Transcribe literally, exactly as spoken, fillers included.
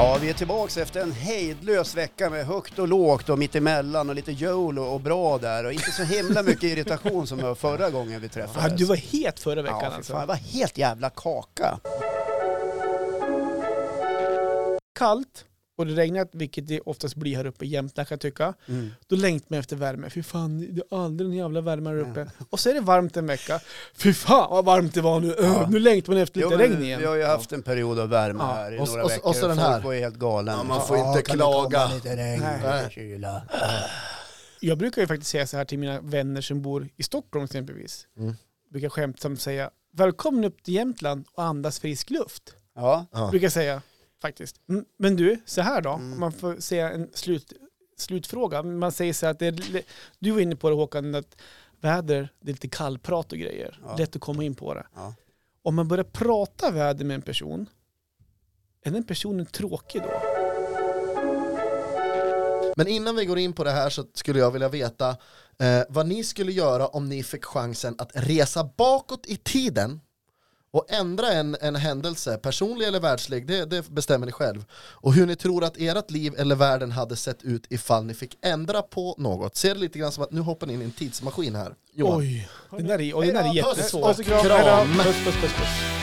Ja, vi är tillbaka efter en hejdlös vecka med högt och lågt och mittemellan och lite jolo och bra där och inte så himla mycket irritation som jag förra gången vi träffades. Ja, du var het förra veckan. Ja, alltså. Fan, det var helt jävla kaka. Kallt och det regnat, vilket det oftast blir här uppe i Jämtland kan jag tycka. Mm. Då längtar man efter värme. Fy fan, det är aldrig en jävla värme här uppe. Ja. Och så är det varmt en vecka. Fy fan vad varmt det var nu. Ja. Nu längtar man efter lite jo, regn igen. Vi har ju haft en period av värme ja. här i och, några och, veckor. Och så den här. Folk var ju helt galen. Ja, man får ja, inte klaga. Lite regn, lite kyla. Jag brukar ju faktiskt säga så här till mina vänner som bor i Stockholm exempelvis. Mm. Jag brukar skämtsamt säga, välkommen upp till Jämtland och andas frisk luft. Ja. ja. Brukar jag säga. Faktiskt. Men du, så här då. Mm. Man får säga en slut, slutfråga. Man säger så här att det är, du var inne på det Håkan, att väder, det är lite kallprat och grejer. Ja. Lätt att komma in på det. Ja. Om man börjar prata väder med en person, är den personen tråkig då? Men innan vi går in på det här så skulle jag vilja veta eh, vad ni skulle göra om ni fick chansen att resa bakåt i tiden och ändra en, en händelse, personlig eller världslig, det, det bestämmer ni själv. Och hur ni tror att ert liv eller världen hade sett ut ifall ni fick ändra på något. Ser det lite grann som att nu hoppar ni in i en tidsmaskin här. Johan. Oj, den där är, och den där är jättesvår. Puss och kram. Puss, puss, puss, puss.